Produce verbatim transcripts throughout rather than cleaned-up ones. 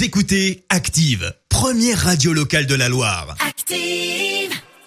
Vous écoutez Active, première radio locale de la Loire. Active.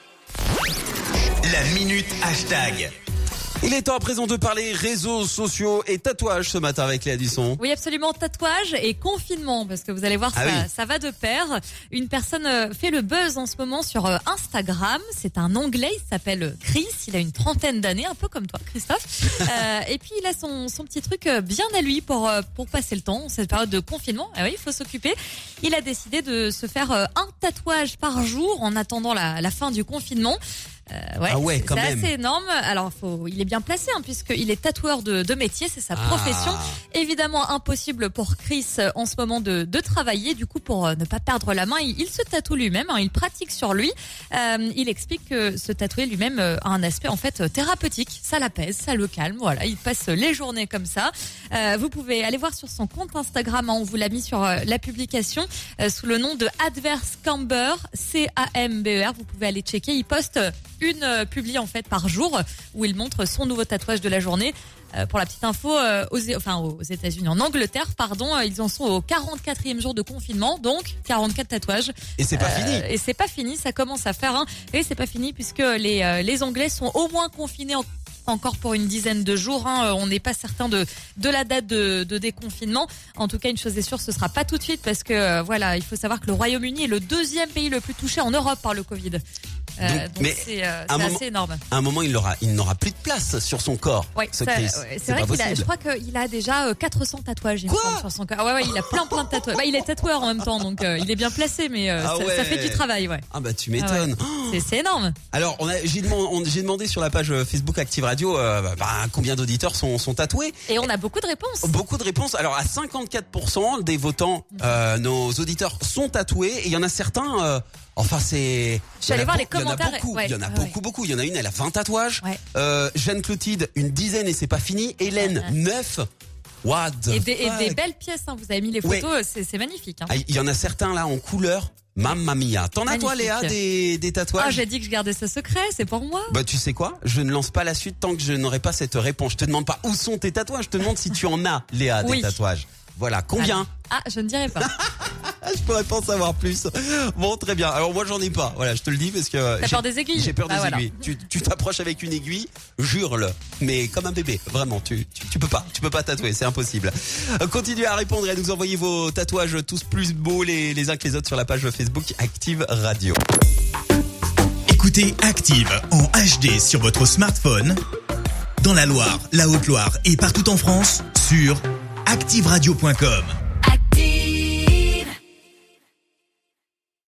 La minute hashtag. Il est temps à présent de parler réseaux sociaux et tatouages ce matin avec Léa Dusson. Oui, absolument, tatouage et confinement, parce que vous allez voir, Ah ça, oui. ça va de pair. Une personne euh, fait le buzz en ce moment sur euh, Instagram. C'est un Anglais, il s'appelle Chris, il a une trentaine d'années, un peu comme toi, Christophe. euh, et puis il a son, son petit truc euh, bien à lui pour, euh, pour passer le temps, cette période de confinement. Ah oui, il faut s'occuper. Il a décidé de se faire euh, un tatouage par jour en attendant la, la fin du confinement. Euh, ouais, Ah ouais, c'est, quand c'est même. assez énorme. Alors, faut, il est bien placé, hein, puisqu'il est tatoueur de, de métier, c'est sa Ah. profession. Évidemment, impossible pour Chris euh, en ce moment de, de travailler. Du coup, pour euh, ne pas perdre la main, il, il se tatoue lui-même. Hein, il pratique sur lui. Euh, il explique que se tatouer lui-même euh, a un aspect en fait euh, thérapeutique. Ça l'apaise, ça le calme. Voilà, il passe les journées comme ça. Euh, vous pouvez aller voir sur son compte Instagram. Hein, on vous l'a mis sur euh, la publication euh, sous le nom de Adverse Camber, C A M B E R. Vous pouvez aller checker. Il poste une euh, publie en fait par jour où il montre son nouveau tatouage de la journée. Euh, pour la petite info, euh, aux, enfin aux États-Unis, en Angleterre, pardon, euh, ils en sont au quarante-quatrième jour de confinement, donc quarante-quatre tatouages. Et c'est pas Euh, fini. Et c'est pas fini, ça commence à faire. Hein, et c'est pas fini puisque les euh, les Anglais sont au moins confinés en encore pour une dizaine de jours. Hein. On n'est pas certain de de la date de, de déconfinement. En tout cas, une chose est sûre, ce sera pas tout de suite parce que euh, voilà, il faut savoir que le Royaume-Uni est le deuxième pays le plus touché en Europe par le Covid. Euh, Donc, donc mais c'est, euh, à un c'est moment- assez énorme. À un moment, il n'aura, il n'aura plus de place sur son corps. Ouais, ce ça, Chris. ouais, c'est c'est vrai pas qu'il a, possible. je crois qu'il a déjà euh, quatre cents tatouages il me Quoi semble, sur son corps. Ah ouais, ouais, il a plein plein de tatouages. Bah, il est tatoueur en même temps, donc euh, il est bien placé, mais euh, Ah ça, ouais. ça fait du travail, ouais. Ah bah tu Ah ouais. m'étonnes. C'est, c'est énorme. Alors, on a, j'ai, demandé, on- j'ai demandé sur la page Facebook Active Radio euh, bah, combien d'auditeurs sont, sont tatoués. Et on a beaucoup de réponses. Beaucoup de réponses. Alors, à cinquante-quatre pour cent des votants, euh, nos auditeurs sont tatoués. Et il y en a certains... Euh, enfin, c'est... Je suis allée voir les commentaires. Il y en a beaucoup. Ouais, il y en a ouais, beaucoup, beaucoup. Il y en a une, elle a vingt tatouages. Ouais. Euh, Jeanne Clotilde, une dizaine et c'est pas fini. Hélène, Ouais. neuf. What the Et des, et fuck. des belles pièces, hein. Vous avez mis les photos, c'est, c'est magnifique. Hein. Ah, il y en a certains là en couleur. Mamma mia. T'en as toi, Magnifique. Léa, des, des tatouages? Ah, j'ai dit que je gardais ce secret, c'est pour moi. Bah tu sais quoi, je ne lance pas la suite tant que je n'aurai pas cette réponse. Je te demande pas où sont tes tatouages, je te demande si tu en as, Léa, Oui. des tatouages. Voilà, combien? Ah, je ne dirai pas. Ah, je pourrais pas en savoir plus. Bon, très bien. Alors moi j'en ai pas. Voilà, je te le dis parce que T'as j'ai peur des aiguilles? J'ai peur Bah des voilà. aiguilles. Tu tu t'approches avec une aiguille, jure-le, mais comme un bébé. Vraiment, tu, tu tu peux pas, tu peux pas tatouer, c'est impossible. Euh, Continuez à répondre et à nous envoyer vos tatouages tous plus beaux les les uns que les autres sur la page Facebook Active Radio. Écoutez Active en H D sur votre smartphone, dans la Loire, la Haute-Loire et partout en France, sur active radio point com.